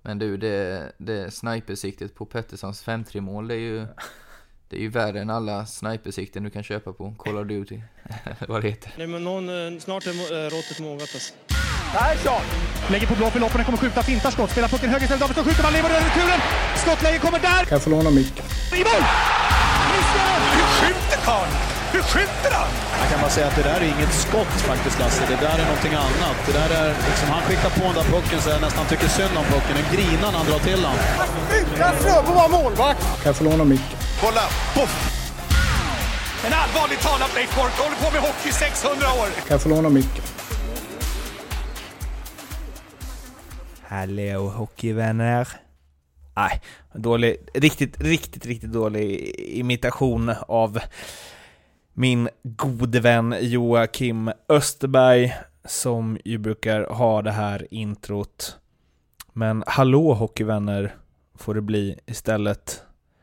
Men du, det snipersiktet på Petterssons 5-3-mål, det är ju värre än alla snipersikten du kan köpa på Call of Duty. Vad det heter. Nej, men snart är råttet mogat alltså. Persson! Lägger på blå för loppen, kommer skjuta, fintar skott, spelar pucken höger istället, Davidsson skjuter, man lever över kuren! Skottläge kommer där! Kan jag få låna micken? I mål! Hur skjuter Karl? Hur skjuter han? Jag kan bara säga att det där är inget skott faktiskt, Lasse. Det där är någonting annat. Det där är liksom, han skickar på den där pucken så jag nästan tycker synd om pucken. En grinan han drar till han. Utan Fröbo var målvakt! Kan jag få låna micken? Kolla! Poff! En allvarligt talad Blake Bork håller på med hockey 600 år. Kan jag få låna micken? Hallå hockeyvänner. Nej, riktigt dålig imitation av min gode vän Joakim Österberg, som ju brukar ha det här introt. Men hallå hockeyvänner får det bli istället.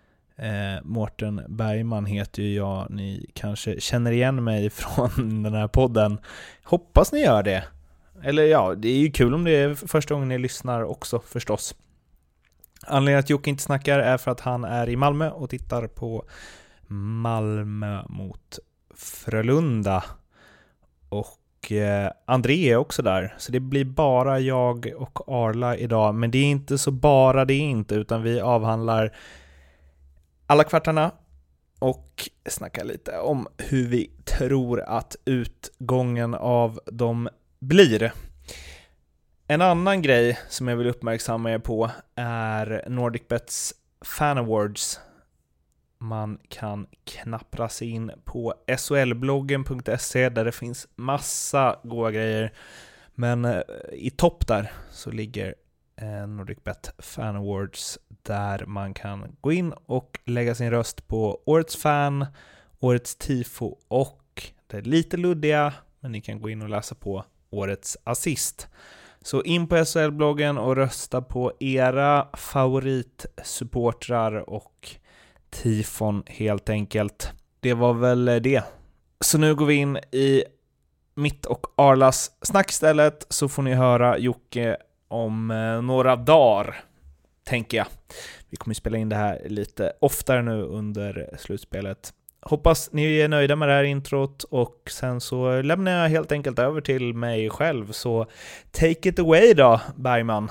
Mårten Bergman heter ju jag. Ni kanske känner igen mig från den här podden. Hoppas ni gör det. Eller ja, det är ju kul om det är första gången ni lyssnar också förstås. Anledningen att Jocke inte snackar är för att han är i Malmö och tittar på Malmö mot Frölunda. Och André är också där. Så det blir bara jag och Arla idag. Men det är inte så bara det inte, utan vi avhandlar alla kvartarna och snackar lite om hur vi tror att utgången av dem blir. En annan grej som jag vill uppmärksamma er på är NordicBets Fan Awards. Man kan knappra sig in på solbloggen.se där det finns massa goda grejer. Men i topp där så ligger NordicBet Fan Awards, där man kan gå in och lägga sin röst på årets fan, årets tifo och det är lite luddiga, men ni kan gå in och läsa på årets assist. Så in på SHL-bloggen och rösta på era favoritsupportrar och tifon helt enkelt. Det var väl det. Så nu går vi in i mitt och Arlas snack istället, så får ni höra Jocke om några dagar, tänker jag. Vi kommer spela in det här lite oftare nu under slutspelet. Hoppas ni är nöjda med det här introt, och sen så lämnar jag helt enkelt över till mig själv. Så take it away då, Bergman.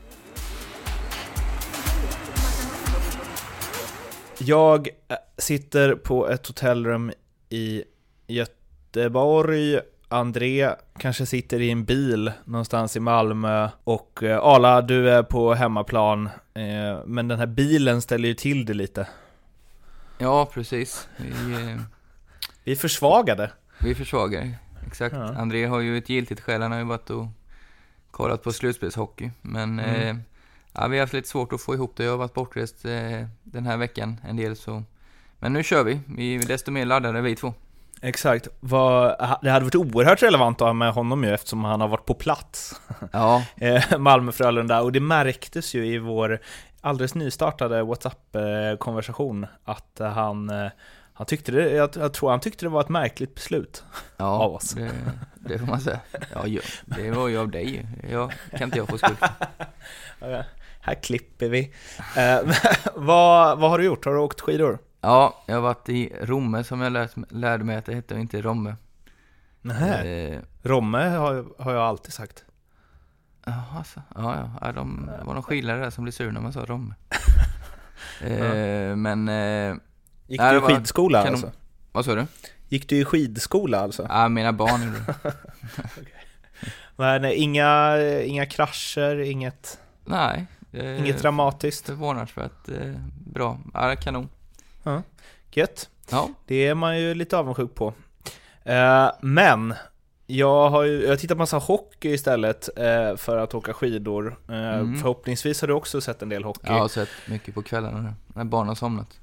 Jag sitter på ett hotellrum i Göteborg. André kanske sitter i en bil någonstans i Malmö, och Arla, du är på hemmaplan. Men den här bilen ställer ju till det lite. Ja, precis. Vi är försvagade. Vi är försvagade, exakt. Ja. André har ju ett giltigt skäl, han har ju varit och kollat på slutspelshockey. Men ja, vi har haft lite svårt att få ihop det. Jag har varit bortrest den här veckan en del, så. Men nu kör vi. Vi är desto mer laddade vi två. Exakt. Det hade varit oerhört relevant att ha med honom ju, eftersom han har varit på plats. Ja. Malmö-Frölunda. Och det märktes ju i vår alldeles nystartade WhatsApp-konversation att han tyckte det. Jag tror han tyckte det var ett märkligt beslut av oss. Det får man säga. Ja, det var ju av dig. Kan inte jag få skuld. Okay. Här klipper vi. Vad har du gjort? Har du åkt skidor? Ja, jag har varit i Romme, som jag lärde mig att det heter, inte Romme. Nej. Romme har jag alltid sagt. Alltså. Ja, de var någon skidlärare där som blev sur när man sa Romme. Men gick du i skidskola alltså? Vad sa du? Gick du i skidskola alltså? Ja, mina barn gjorde det. Men inga krascher, inget. Nej. Inget dramatiskt. Förvånansvärt bra. Ja, kanon. Ja, gött. Ja. Det är man ju lite avundsjuk på. Men jag har tittat massa hockey istället för att åka skidor. Förhoppningsvis har du också sett en del hockey. Ja, jag har sett mycket på kvällarna när barnen har somnat.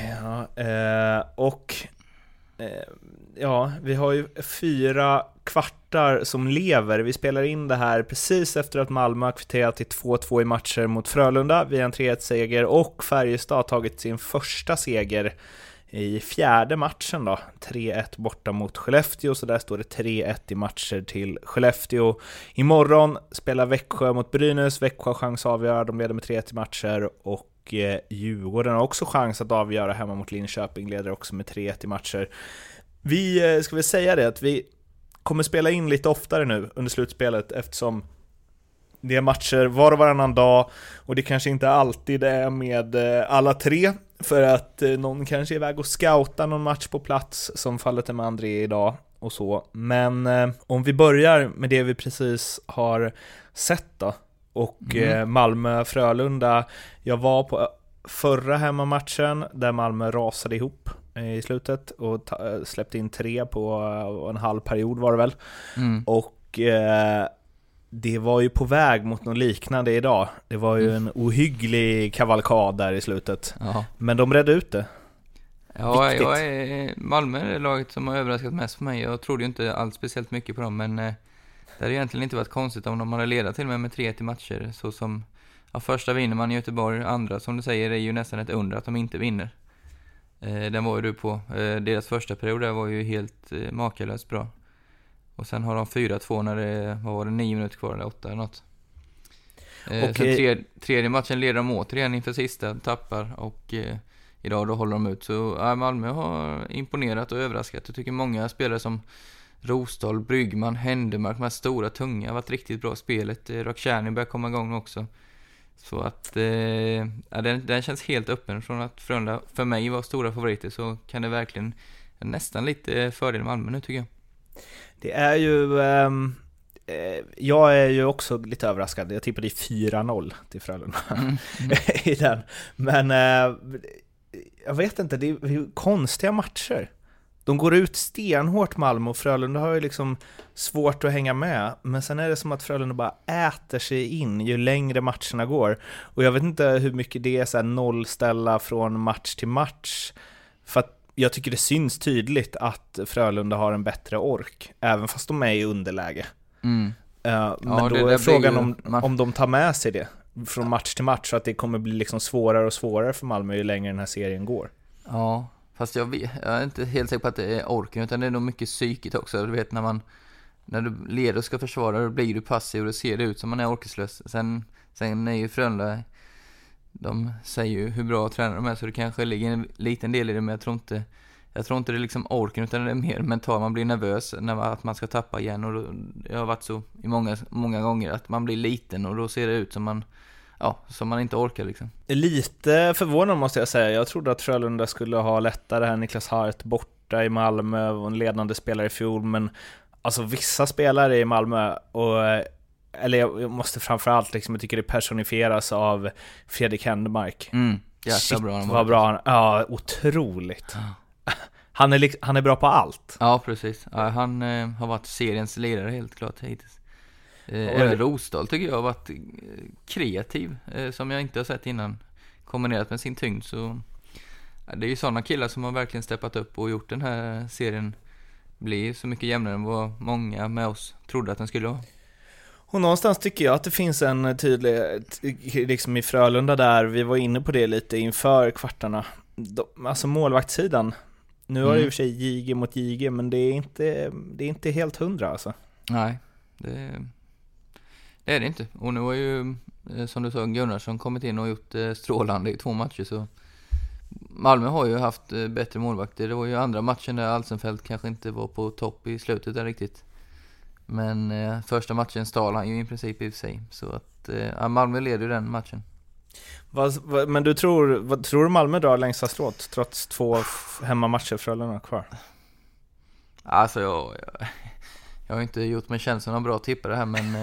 Ja, vi har ju 4 kvartar som lever. Vi spelar in det här precis efter att Malmö har kvitterat till 2-2 i matcher mot Frölunda via en 3-1-seger, och Färjestad har tagit sin första seger i fjärde matchen då, 3-1 borta mot Skellefteå, så där står det 3-1 i matcher till Skellefteå. Imorgon spelar Växjö mot Brynäs, Växjö har chans att avgöra, de leder med 3-1 i matcher, och Djurgården har också chans att avgöra hemma mot Linköping, leder också med 3-1 i matcher. Vi ska väl säga det att vi kommer spela in lite oftare nu under slutspelet, eftersom det är matcher var och varannan dag, och det kanske inte alltid är med alla tre, för att någon kanske är iväg och scoutar någon match på plats, som fallet är med André idag och så. Men om vi börjar med det vi precis har sett då, och Malmö-Frölunda. Jag var på förra hemmamatchen där Malmö rasade ihop i slutet och släppte in 3 på en halv period var det väl. Och det var ju på väg mot något liknande idag. Det var ju en ohygglig kavalkad där i slutet. Ja. Men de redde ut det. Ja, Malmö är laget som har överraskat mest för mig. Jag trodde ju inte alls speciellt mycket på dem, men det hade egentligen inte varit konstigt om de hade ledat till med 3 till matcher. Så som första vinner man i Göteborg, andra som du säger är ju nästan ett under att de inte vinner. Den var ju du på. Deras första period där var ju helt makalöst bra. Och sen har de 4-2 när det var 9 minuter kvar eller 8 eller något. Sen tredje matchen leder de återigen inför sista, tappar, och idag då håller de ut. Så Malmö har imponerat och överraskat. Jag tycker många spelare som Rosdahl, Bryggman, Händemark, de här stora, tunga, har varit riktigt bra spelet. Rakhshani börjar komma igång också. Så att den känns helt öppen. Från att Frölunda för mig var stora favoriter, så kan det verkligen nästan lite fördel med Malmö nu, tycker jag. Det är ju jag är ju också lite överraskad. Jag tippade 4-0 till Frölunda i den. Men jag vet inte, det är konstiga matcher. De går ut stenhårt, Malmö, och Frölunda har ju liksom svårt att hänga med. Men sen är det som att Frölunda bara äter sig in ju längre matcherna går. Och jag vet inte hur mycket det är så här nollställa från match till match. För att jag tycker det syns tydligt att Frölunda har en bättre ork, även fast de är i underläge. Men då är frågan om de tar med sig det från match till match, så att det kommer bli liksom svårare och svårare för Malmö ju längre den här serien går. Ja, fast jag är inte helt säker på att det är orken, utan det är nog mycket psykigt också. Du vet, när du leder och ska försvara, då blir du passiv och då ser det ut som man är orkeslös. Sen är ju Frölunda, de säger ju hur bra tränare de är, så det kanske ligger en liten del i det, men jag tror inte det är liksom orken, utan det är mer mentalt. Man blir nervös när att man ska tappa igen, och då, jag har varit så i många gånger att man blir liten och då ser det ut som man inte orkar liksom. Lite förvånad måste jag säga. Jag trodde att Frölunda skulle ha lättare här. Niklas Hart borta i Malmö och en ledande spelare i fjol, men alltså vissa spelare i Malmö, eller jag måste framförallt liksom, jag tycker det personifieras av Fredrik Händemark. Jäkla bra. Vad bra han. Ja, otroligt. Han är bra på allt. Ja, precis. Ja, han har varit seriens ledare helt klart hittills. Även Rosdahl tycker jag har varit kreativ, som jag inte har sett innan, kombinerat med sin tyngd. Så det är ju sådana killar som har verkligen steppat upp och gjort den här serien bli så mycket jämnare än vad många med oss trodde att den skulle vara. Och någonstans tycker jag att det finns en tydlig, liksom i Frölunda där, vi var inne på det lite inför kvartarna, alltså målvaktssidan. Nu har det i och för sig JG mot JG, men det är inte helt 100 alltså. Nej, det är det inte. Och nu har ju, som du sa, Gunnarsson kommit in och gjort strålande i 2 matcher, så Malmö har ju haft bättre målvakter. Det var ju andra matchen där Alsenfelt kanske inte var på topp i slutet där riktigt. Men första matchen stal han ju i princip i sig. Så att Malmö leder ju den matchen. Men du tror du Malmö drar längsta strået trots 2 hemmamatcher Frölunda kvar? Alltså jag har inte gjort mig känslan någon bra tippare här, men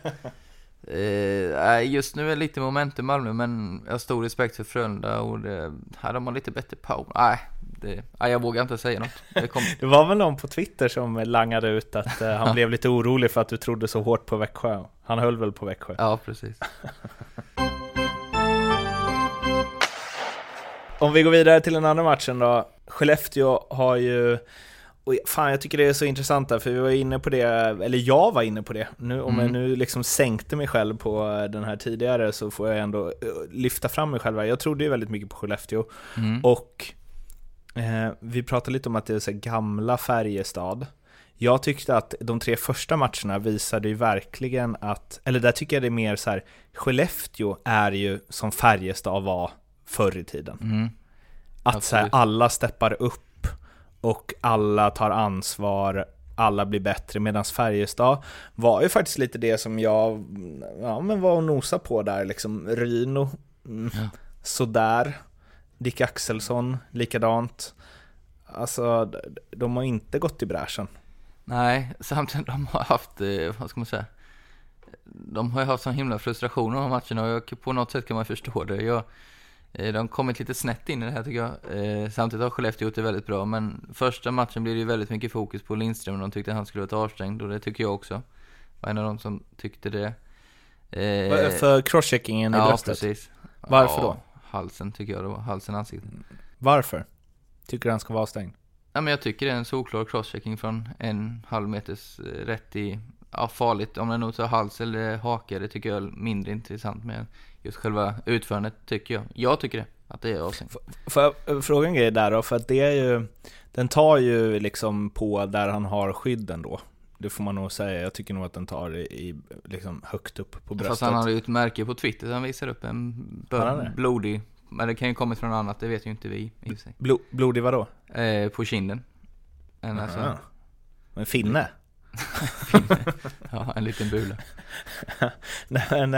just nu är det lite moment i Malmö, men jag har stor respekt för Frölunda och de har lite bättre power. Jag vågar inte säga något. Det var väl någon på Twitter som langade ut att han blev lite orolig för att du trodde så hårt på Växjö. Han höll väl på Växjö? Ja, precis. Om vi går vidare till den andra matchen då. Skellefteå har ju... Och fan, jag tycker det är så intressant där, för vi var inne på det, eller jag var inne på det. Nu, om jag nu liksom sänkte mig själv på den här tidigare, så får jag ändå lyfta fram mig själv. Jag trodde ju väldigt mycket på Skellefteå. Och Vi pratade lite om att det är så gamla Färjestad. Jag tyckte att de 3 första matcherna visade ju verkligen att, eller där tycker jag det är mer så här, Skellefteå är ju som Färjestad var förr i tiden. Att så här, alla steppar upp och alla tar ansvar, alla blir bättre, medan Färjestad var ju faktiskt lite det som jag var och nosa på där, liksom Ryno, sådär, Dick Axelsson, likadant. Alltså, de har inte gått i bräschen. Nej, samtidigt de har haft, vad ska man säga, de har ju haft sån himla frustration i de här matcherna, och på något sätt kan man förstå det. De har kommit lite snett in i det här tycker jag. Samtidigt har Skellefteå gjort det väldigt bra, men första matchen blev det ju väldigt mycket fokus på Lindström, och de tyckte att han skulle vara avstängd, och det tycker jag också. Var en av dem som tyckte det. För crosscheckingen i bröstet? Ja, precis. Varför då? Halsen tycker jag, det var halsen ansiktet. Varför? Tycker du han ska vara avstängd? Ja, men jag tycker det är en solklar crosschecking från 1,5 meters rätt i, farligt. Om den nog tar hals eller haka, det tycker jag är mindre intressant med just själva utförandet, tycker jag. Jag tycker det, att det är avstängd. Får jag fråga en grej där då? För att det är ju, den tar ju liksom på där han har skydden då. Det får man nog säga. Jag tycker nog att den tar i liksom högt upp på bröstet. Fast han hade ju ett märke på Twitter, han visar upp en blodig. Men det kan ju komma från något annat, det vet ju inte vi i och för sig. Blodig vadå? På kinden. Alltså. En finne? Ja, en liten bula. Nej, men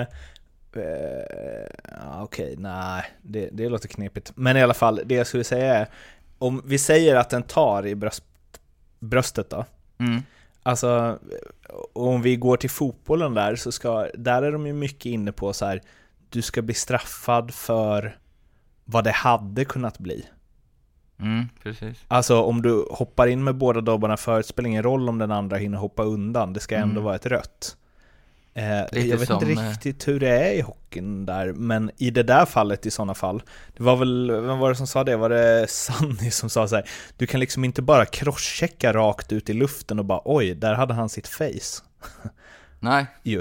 okej, nej, det låter knepigt. Men i alla fall, det jag skulle säga är, om vi säger att den tar i bröstet då. Alltså, om vi går till fotbollen där, så där är de ju mycket inne på så här, du ska bli straffad för vad det hade kunnat bli. Precis. Alltså om du hoppar in med båda dobbarna för, det spelar ingen roll om den andra hinner hoppa undan, det ska ändå vara ett rött. Jag vet inte riktigt hur det är i hockeyn där, men i det där fallet i sådana fall, det var väl, vem var det som sa det? Var det Sanny som sa så här, du kan liksom inte bara crosschecka rakt ut i luften och bara, oj, där hade han sitt face. Nej. Jo.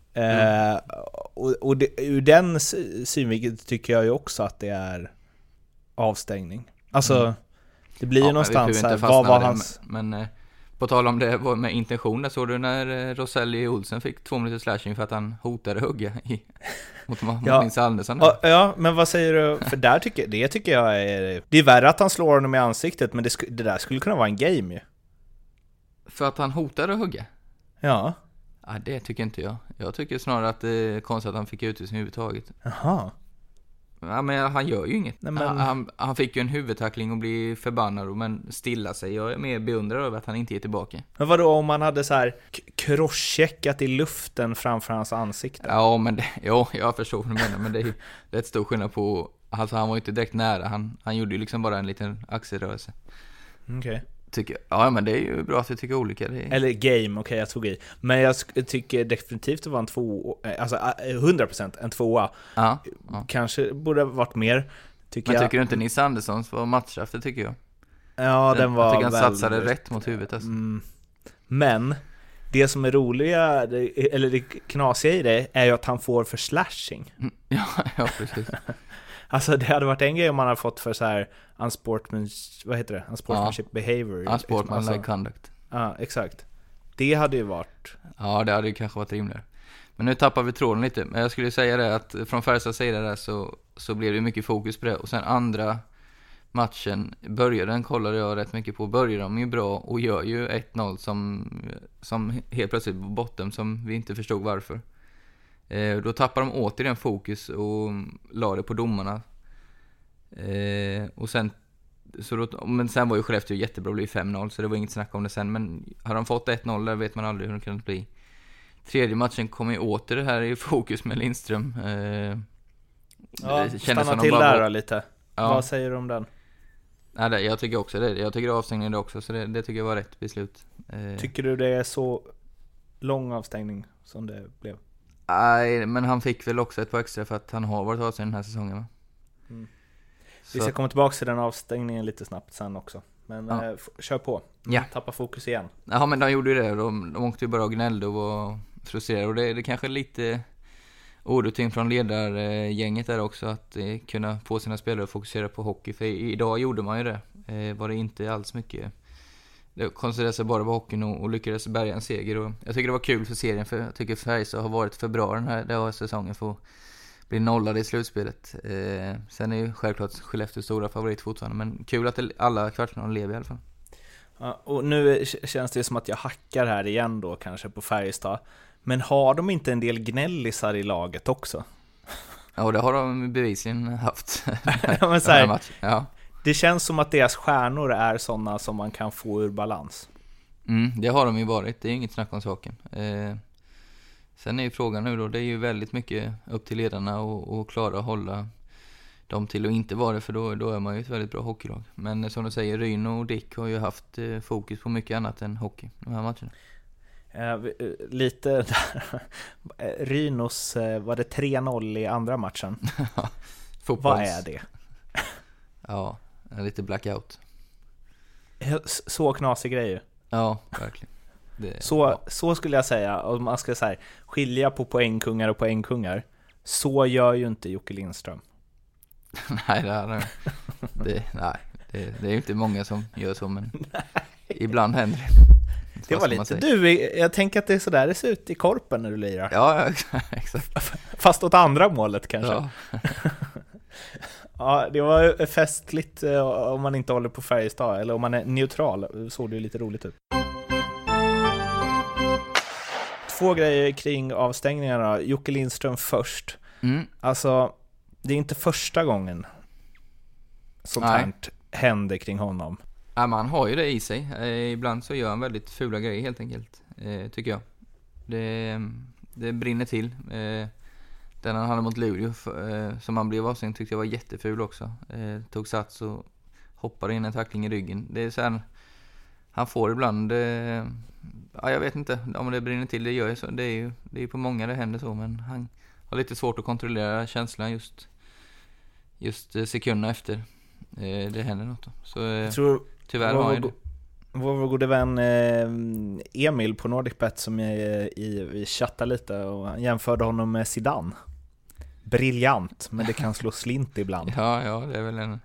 Och ur den synvinkeln tycker jag ju också att det är avstängning. Alltså, det blir ju någonstans här, vad var hans... Men på tal om det var med intention, där såg du när Roselli Olsen fick 2 minuters slashing för att han hotade hugga mot Nils Andersson. Ja, men vad säger du? För där tycker jag är... Det är värre att han slår honom i ansiktet, men det där skulle kunna vara en game ju. För att han hotade att hugga? Ja. Ja, det tycker inte jag. Jag tycker snarare att det är konstigt att han fick utvisning överhuvudtaget. Jaha. Ja, men han gör ju inget. Nej, men... han fick ju en huvudtackling och blir förbannad, men stilla sig. Jag är mer beundrad över att han inte är tillbaka. Men vadå om man hade så här crosscheckat i luften framför hans ansikte? Ja, men jag förstår vad du menar, men det är rätt stor skillnad på... Alltså han var ju inte direkt nära. Han gjorde ju liksom bara en liten axelrörelse. Okej. Ja, men det är ju bra att vi tycker olika. Eller game, okej, jag tog i. Men jag tycker definitivt det var en 2, alltså 100% en 2. Ja. Kanske borde ha varit mer, tycker jag. Men tycker du inte Nils Anderssons var matchstraff, det tycker jag. Ja, den var... Jag tycker han satsade rätt mot huvudet alltså. Men det som är roliga, eller det knasiga i det, är ju att han får för slashing. Ja, precis. Alltså det hade varit en grej om man hade fått för så här unsportsmanship behavior. Unsportsmanlike conduct. Ja, exakt. Det hade ju varit... Ja, det hade ju kanske varit rimligare. Men nu tappar vi tråden lite. Men jag skulle säga det att från Färjestads sida där så blev det mycket fokus på det. Och sen andra matchen, den kollade jag rätt mycket på. Började de ju bra och gör ju 1-0 som helt plötsligt på botten, som vi inte förstod varför. Då tappar de återigen fokus och la det på domarna. Och sen men sen var ju Skellefteå jättebra, det blev 5-0, så det var inget snack om det sen. Men har de fått 1-0 där vet man aldrig hur det kan bli. Tredje matchen kommer ju åter det här i fokus med Lindström. Stanna till där lite. Ja. Vad säger du om den? Nej, jag tycker också det. Jag tycker avstängningen också, så det tycker jag var rätt beslut. Tycker du det är så lång avstängning som det blev? Nej, men han fick väl också ett par extra för att han har varit avstängd den här säsongen, va? Vi ska komma tillbaka till den avstängningen lite snabbt sen också. Men kör på. Tappa fokus igen. Ja, men de gjorde ju det. De åkte ju bara och gnällde och var frustrerade. Och det är kanske lite orutin från ledargänget där också, att kunna få sina spelare att fokusera på hockey. För idag gjorde man ju det. Var det inte alls mycket. Det koncentrerade sig bara på hockeyn och lyckades bärga en seger. Och jag tycker det var kul för serien, för jag tycker Färjestad har varit för bra den här säsongen för att bli nollade i slutspelet. Sen är ju självklart Skellefteå stora favorit fortfarande, men kul att alla kvartsfinaler lever i alla fall. Ja, och nu känns det som att jag hackar här igen då kanske på Färjestad. Men har de inte en del gnällisar i laget också? Ja, det har de bevisligen haft. Men så här, ja. Det känns som att deras stjärnor är sådana som man kan få ur balans. Det har de ju varit, det är inget snack om saken. Sen är ju frågan nu då, det är ju väldigt mycket upp till ledarna och klara att hålla dem till att inte vara det, för då är man ju ett väldigt bra hockeylag. Men som du säger, Ryno och Dick har ju haft fokus på mycket annat än hockey de här matcherna. Lite där. Rynos, var det 3-0 i andra matchen? Vad är det? Ja, lite blackout. Så knasig grej ju. Ja, verkligen. Så skulle jag säga, om man ska säga skilja på poängkungar och poängkungar. Så gör ju inte Jocke Lindström. Nej, det är ju inte många som gör så, men ibland händer det. Det var lite jag tänker att det är så där det ser ut i korpen när du lirar. Ja, exakt. Fast åt andra målet kanske. Ja. Ja, det var festligt om man inte håller på Färjestad, eller om man är neutral, såg det ju lite roligt ut. 2 grejer kring avstängningarna. Jocke Lindström först. Alltså, det är inte första gången sånt här händer kring honom. Ja, man har ju det i sig. Ibland så gör han väldigt fula grejer helt enkelt, tycker jag. Det brinner till. Den han hade mot Luleå som han blev avstängd tyckte jag var jätteful också. Tog sats och hoppade in en tackling i ryggen. Det är så här, han får ibland jag vet inte om det brinner till, det gör så. Det är ju på många det händer så, men han har lite svårt att kontrollera känslan just sekunderna efter det händer något då. Så jag tror, tyvärr har han det. Vår gode vän Emil på NordicBet som vi chattade lite, och han jämförde honom med Zidane. Briljant, men det kan slå slint ibland. Ja, det är väl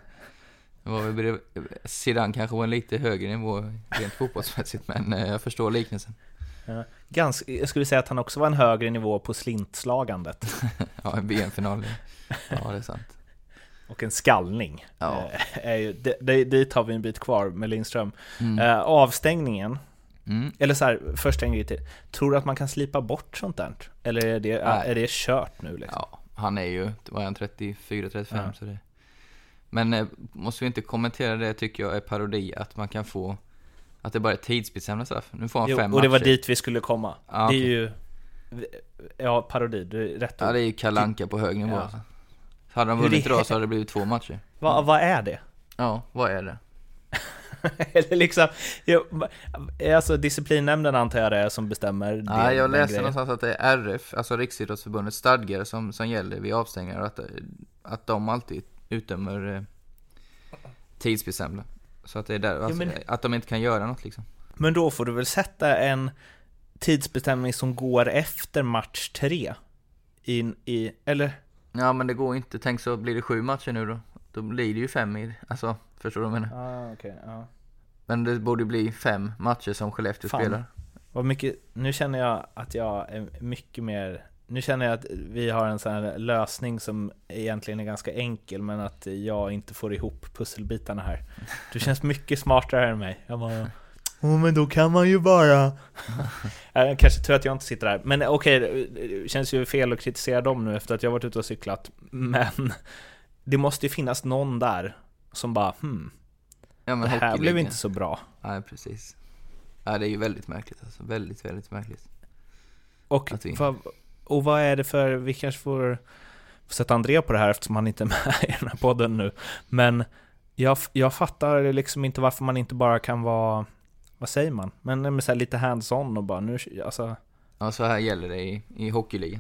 Zidane kanske var en lite högre nivå rent fotbollsmässigt, men jag förstår liknelsen. Ja, jag skulle säga att han också var en högre nivå på slintslagandet. Ja, en VM-final. Ja, det är sant. Och en skallning. Ja. Dit har vi en bit kvar med Lindström. Avstängningen. Eller så här, först en grej till. Tror du att man kan slipa bort sånt där? Eller är det kört nu liksom? Ja, han är ju 34-35 så det. Men måste vi inte kommentera det, tycker jag är parodi, att man kan få att det bara är tidsbestämda straff. Nu får han 5 matcher. Och det var dit vi skulle komma. Ja, det är ju parodi, du är rätt. Ja, det är ju Kalanka på hög nivå. Ja. Hade de vunnit idag så hade det blivit 2 matcher. Vad är det? Ja, vad är det? Eller liksom, alltså disciplinnämnden antar jag det är som bestämmer. Nej, jag läste någonstans att det är RF, alltså Riksidrottsförbundets stadgar som gäller vid avstängningar, att de alltid utdömer tidsbestämda. Så att det är där, att de inte kan göra något liksom. Men då får du väl sätta en tidsbestämning som går efter match 3 in i, eller? Ja, men det går inte. Tänk så blir det 7 matcher nu då. Då blir det ju 5 i, alltså, förstår du vad jag menar? Okay. Men det borde bli 5 matcher som Skellefteå spelar. Vad mycket, nu känner jag att jag är mycket mer. Nu känner jag att vi har en sån här lösning som egentligen är ganska enkel, men att jag inte får ihop pusselbitarna här. Du känns mycket smartare än mig. Jag bara, men då kan man ju bara. Kanske tror att jag inte sitter där. Men okej, det känns ju fel att kritisera dem nu efter att jag varit ute och cyklat. Men det måste ju finnas någon där som bara, ja, men det här blev inte så bra. Nej, precis. Ja, det är ju väldigt märkligt alltså. Väldigt, väldigt märkligt. Och vad är det för, vi kanske får sätta André på det här eftersom han inte är med i den här podden nu. Men jag fattar liksom inte varför man inte bara kan vara, vad säger man? Men så här lite hands-on och bara nu, alltså. Ja, så här gäller det i hockeyligan.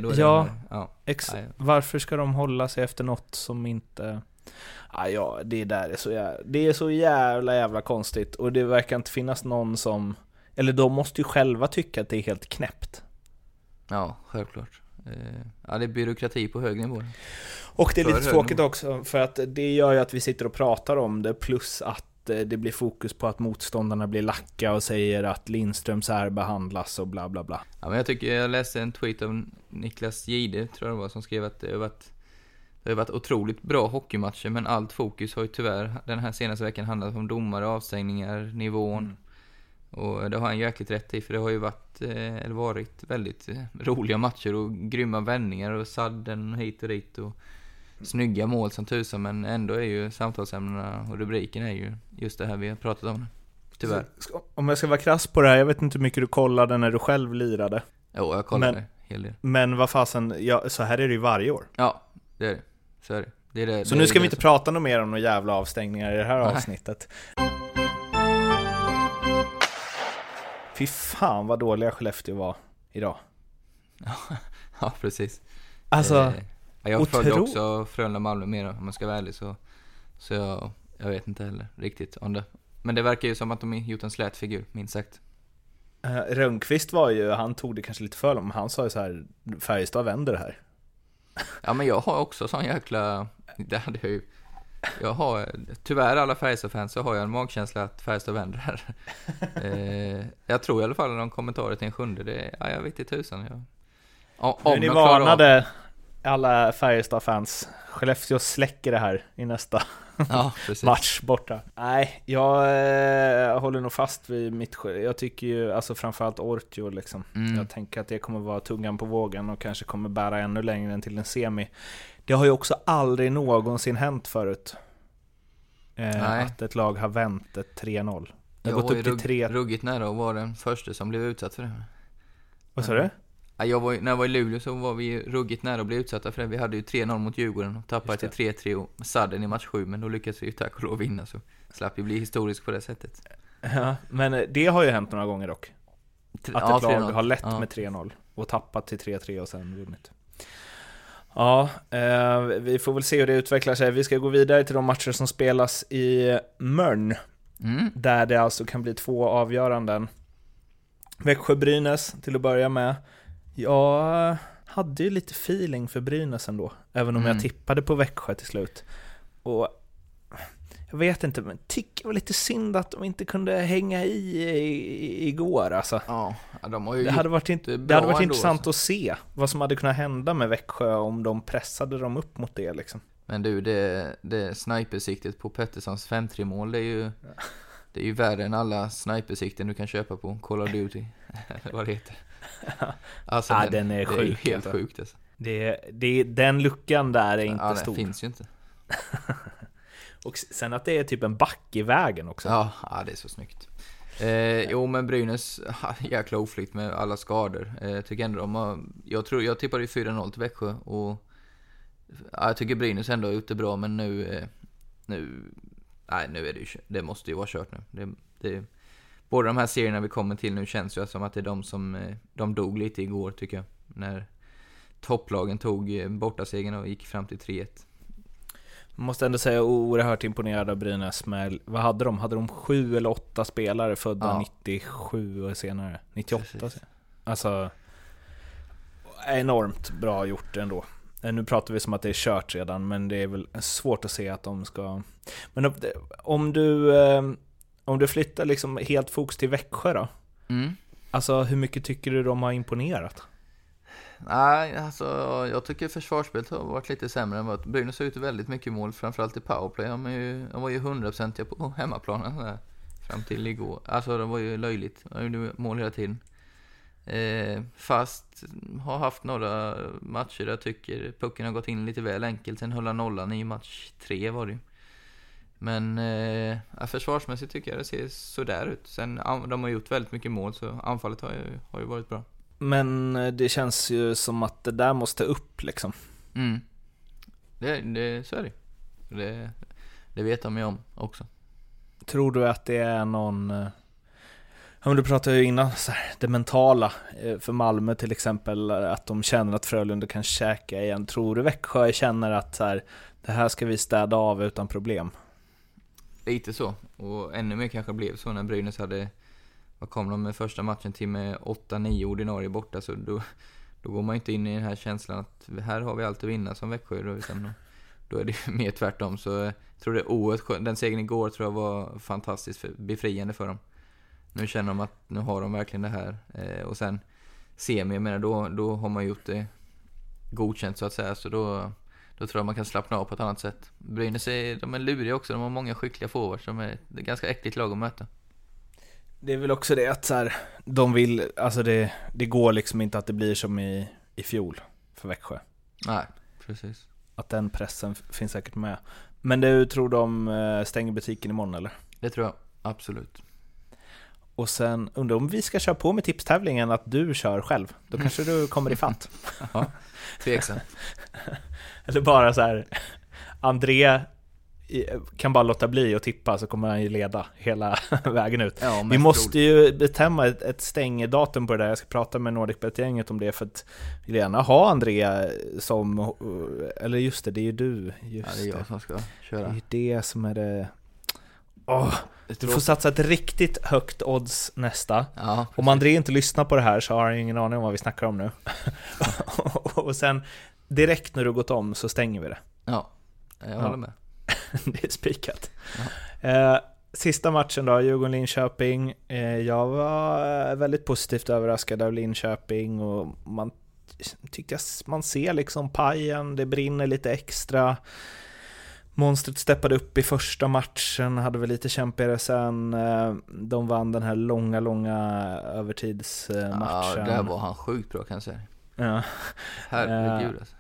Varför ska de hålla sig efter något som inte. Det är så jävla konstigt, och det verkar inte finnas någon som, eller de måste ju själva tycka att det är helt knäppt. Ja, självklart. Ja, det är byråkrati på hög nivå. Och det är lite tråkigt också, för att det gör ju att vi sitter och pratar om det, plus att det blir fokus på att motståndarna blir lacka och säger att Lindström särbehandlas och bla bla bla. Ja, men jag läste en tweet av Niklas Gide, tror jag det var, som skrev att det har varit otroligt bra hockeymatcher, men allt fokus har ju tyvärr den här senaste veckan handlat om domare, avstängningar, nivån. Och det har han jäkligt rätt i, för det har ju varit väldigt roliga matcher och grymma vändningar och sadden hit och dit och snygga mål som tusan, men ändå är ju samtalsämnena och rubriken är ju just det här vi har pratat om, tyvärr. Så, om jag ska vara krass på det här, jag vet inte hur mycket du kollade när du själv lirade. Jo, jag kollade hel del. Men vad fasen, så här är det ju varje år. Ja, det är det. Så är det. Så nu ska vi inte prata något mer om några jävla avstängningar i det här avsnittet. Fy fan vad dåliga Skellefteå var idag. Ja, precis. Alltså, jag följde också Frölunda-Malmö mer, om man ska vara ärlig, så jag vet inte heller riktigt om det. Men det verkar ju som att de har gjort en slät figur, minst sagt. Rönnqvist han tog det kanske lite för långt, men han sa ju så här: Färjestad vänder det här. Ja, men jag har också sån jäkla... Jag har, tyvärr alla Färjestad-fans, så har jag en magkänsla att Färjestad vänder här. Jag tror i alla fall någon kommentarer till en sjunde. Jag vet inte tusan. Om ni varnade alla Färjestad-fans, Skellefteå släcker det här i nästa match borta. Nej, jag håller nog fast vid mitt. Jag tycker ju, alltså framförallt Ortio liksom. Jag tänker att det kommer vara tungan på vågen och kanske kommer bära ännu längre än till en semi. Det har ju också aldrig någonsin hänt förut att ett lag har vänt ett 3-0. Det har gått upp till 3. Ruggigt nära och var den första som blev utsatt för det. Vad sa du? När jag var i Luleå så var vi ruggigt nära att bli utsatta för det. Vi hade ju 3-0 mot Djurgården och tappade till 3-3 och sadden i match 7, men då lyckades vi ju tack och lov vinna, så slapp vi bli historisk på det sättet. Ja, men det har ju hänt några gånger dock. Att ett lag har lett med 3-0 och tappat till 3-3 och sen vunnit. Ja, vi får väl se hur det utvecklar sig. Vi ska gå vidare till de matcher som spelas i Mörn. Där det alltså kan bli 2 avgöranden. Växjö-Brynäs till att börja med. Jag hade ju lite feeling för Brynäs ändå, även om jag tippade på Växjö till slut. Och jag vet inte, men tycker det var lite synd att de inte kunde hänga igår alltså. Ja, de har ju det hade varit intressant alltså att se vad som hade kunnat hända med Växjö om de pressade dem upp mot det liksom. Men du, det snipersiktet på Petterssons 5-3-mål, det är ju värre än alla snipersikten du kan köpa på Call of Duty. Vad det heter. Alltså, den är sjuk. Det är ju helt sjukt alltså. Den luckan där är inte stor. Det finns ju inte. Och sen att det är typ en back i vägen också. Ja, det är så snyggt. Jo, men Brynäs jäkla oflykt med alla skador. Tycker ändå jag tippade ju 4-0 till Växjö, och jag tycker Brynäs ändå har gjort det bra, men nu är det måste ju vara kört nu. Båda de här serierna vi kommer till nu känns ju som att det är de som de dog lite igår, tycker jag, när topplagen tog bortasegern och gick fram till 3-1. Måste ändå säga oerhört imponerad av Brynäs med, vad hade de? Hade de 7 eller 8 spelare födda 97 och senare 98? Precis. Alltså enormt bra gjort ändå. Nu pratar vi som att det är kört redan, men det är väl svårt att se att de ska. Men om du flyttar liksom helt fokus till Växjö då? Alltså hur mycket tycker du de har imponerat? Nej, alltså jag tycker försvarsspelet har varit lite sämre än vad Brynäs har ut väldigt mycket mål, framförallt i powerplay. De var ju 100% på hemmaplanen där, fram till igår. Alltså det var ju löjligt. De gjorde mål hela tiden. Fast har haft några matcher där jag tycker pucken har gått in lite väl enkelt. Sen höll han nollan i match 3 var det ju. Men försvarsmässigt tycker jag det ser sådär ut. Sen de har gjort väldigt mycket mål, så anfallet har ju varit bra. Men det känns ju som att det där måste upp liksom. Så är det. Det vet de ju om också. Tror du att det är någon... Du pratade ju innan så här, det mentala för Malmö till exempel, att de känner att Frölunda kan käka igen. Tror du Växjö känner att så här, det här ska vi städa av utan problem? Lite så. Och ännu mer kanske blev så när Brynäs hade... Vad kom de med första matchen till med 8-9 ordinarie borta, så då går man inte in i den här känslan att här har vi alltid att vinna som Växjö. Då är det mer tvärtom. Så jag tror det är oerhört skönt. Den segern igår tror jag var fantastiskt befriande för dem. Nu känner de att nu har de verkligen det här. Och sen semi, jag menar då har man gjort det godkänt så att säga. Så då tror jag man kan slappna av på ett annat sätt. Brynäs de är luriga också. De har många skickliga forwards. Det är ganska äckligt lag att möta. Det är väl också det att så här, de vill, alltså det går liksom inte att det blir som i fjol för Växjö. Nej, precis. Att den pressen finns säkert med. Men du tror de stänger butiken imorgon eller? Det tror jag, absolut. Och sen undrar om vi ska köra på med tipstävlingen att du kör själv. Då kanske du kommer i fatt. Ja, tveksamt. Eller bara så här, André kan bara låta bli och tippa så kommer han ju leda hela vägen ut. Ja, vi måste ju bestämma ett stängdatum på det där. Jag ska prata med NordicBet-gänget om det för att vi vill gärna ha André som, eller just det är ju du. Just det är jag som ska köra. Det är det som är det. Du får satsa ett riktigt högt odds nästa. Ja, om André inte lyssnar på det här så har han ingen aning om vad vi snackar om nu. Och sen direkt när du gått om så stänger vi det. Ja, jag håller med. Det är spikat. Sista matchen då, Djurgården-Linköping. Jag var väldigt positivt överraskad av Linköping och man tyckte man ser liksom pajen, det brinner lite extra. Monstret steppade upp i första matchen, hade väl lite kämpigare sen. De vann den här långa övertidsmatchen. Ja, där var han sjukt bra kan jag säga. Ja. Herregud alltså.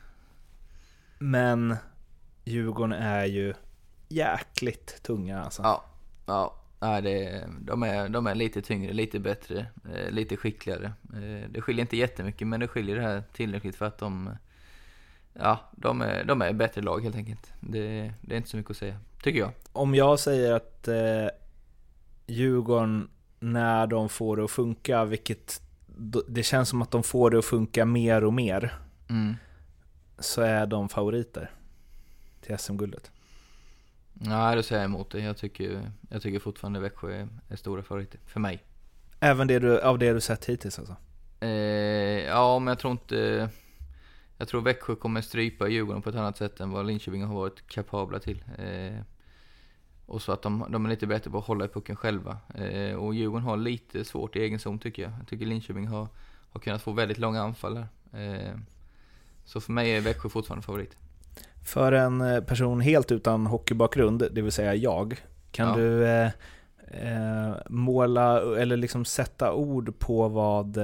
Men Djurgården är ju jäkligt tunga alltså. Ja, de är lite tyngre, lite bättre, lite skickligare. Det skiljer inte jättemycket, men det skiljer det här tillräckligt för att de är bättre lag helt enkelt. Det är inte så mycket att säga, tycker jag. Om jag säger att Djurgården, när de får det att funka, vilket det känns som att de får det att funka mer och mer, så är de favoriter till SM-guldet. Nej, det säger jag emot det. Jag tycker fortfarande Växjö är stora favoriter för mig. Även av det du sett hittills alltså? Ja, men jag tror Växjö kommer strypa Djurgården på ett annat sätt än vad Linköping har varit kapabla till. Och så att de är lite bättre på att hålla i pucken själva. Och Djurgården har lite svårt i egen zon tycker jag. Jag tycker Linköping har kunnat få väldigt långa anfall där. Så för mig är Växjö fortfarande favorit. För en person helt utan hockeybakgrund, det vill säga jag, kan du måla eller liksom sätta ord på vad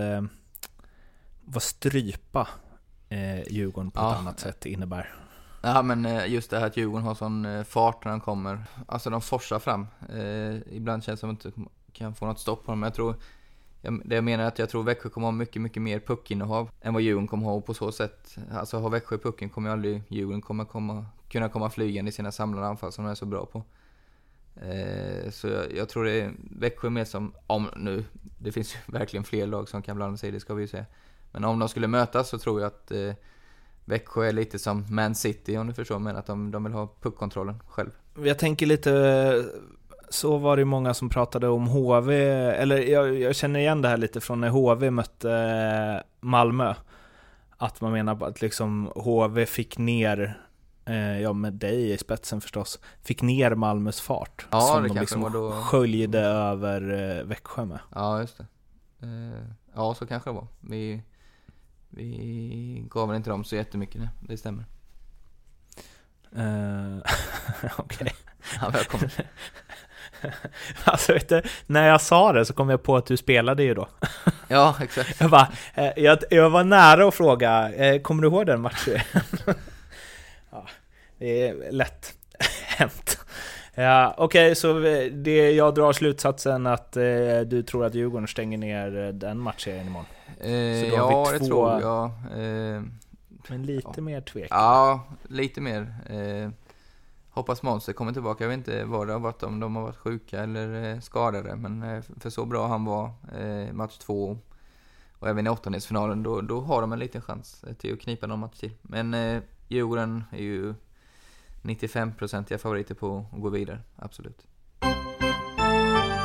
strypa Djurgården på ett annat sätt innebär? Ja, men just det här att Djurgården har sån fart när de kommer. Alltså de forsar fram. Ibland känns det som att de inte kan få något stopp på dem. Men jag menar att jag tror Växjö kommer ha mycket, mycket mer puckinnehav än vad Djurgården kommer ha på så sätt. Alltså har Växjö pucken kommer ju aldrig Djurgården kunna komma flygande i sina samlade anfall som de är så bra på. Så jag tror det är Växjö mer som, om nu, det finns ju verkligen fler lag som kan blanda sig, det ska vi ju säga. Men om de skulle mötas så tror jag att Växjö är lite som Man City, om du förstår, men att de vill ha puckkontrollen själv. Jag tänker lite, så var det många som pratade om HV, eller jag känner igen det här lite från när HV mötte Malmö. Att man menar på att liksom HV fick ner, med dig i spetsen förstås, fick ner Malmös fart. Ja, som det de liksom då sköljde över Växjö med. Ja, just det. Ja, så kanske det var. Vi gav väl inte dem så jättemycket, det stämmer. Okej. Ja, välkommen. Alltså vet du, när jag sa det så kom jag på att du spelade ju då. Ja, exakt. Jag var nära att fråga, kommer du ihåg den matchen? Ja, det är lätt hänt. Ja, okej, så jag drar slutsatsen att du tror att Djurgården stänger ner den matchen imorgon. Ja, det tror jag. Men lite mer tvek. Ja, lite mer. Hoppas Monster kommer tillbaka. Jag vet inte vad det har varit, om de har varit sjuka eller skadade. Men för så bra han var match 2 och även i åttondelsfinalen, då har de en liten chans till att knipa någon match till. Men Djurgården är ju 95% favoriter på att gå vidare, absolut.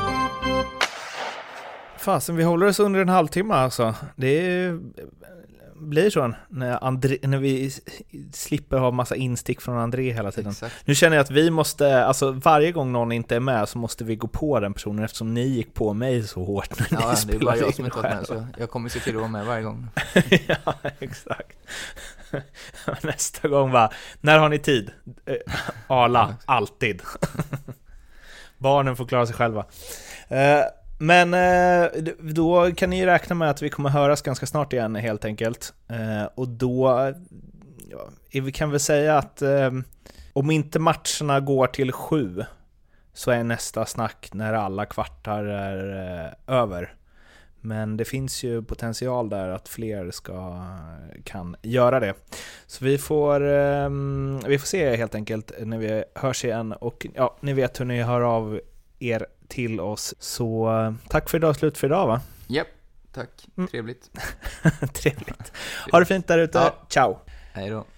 Fasen, vi håller oss under en halvtimme alltså. Det är blir så när vi slipper ha massa instick från André hela tiden. Exakt. Nu känner jag att vi måste, alltså varje gång någon inte är med så måste vi gå på den personen, eftersom ni gick på mig så hårt när ni det är bara jag som in inte varit med, så jag kommer se till att vara med varje gång. Ja, exakt. Nästa gång va, när har ni tid? Arla, alltid. Barnen får klara sig själva. Men då kan ni räkna med att vi kommer höras ganska snart igen helt enkelt. Och då vi kan väl säga att om inte matcherna går till 7 så är nästa snack när alla kvartar är över. Men det finns ju potential där att fler kan göra det. Så vi får se helt enkelt när vi hörs igen. Och ja, ni vet hur ni hör av er till oss. Så tack för idag, slut för idag va? Japp, tack. Trevligt. Trevligt. Ha det fint där ute. Ja. Ciao. Hej då.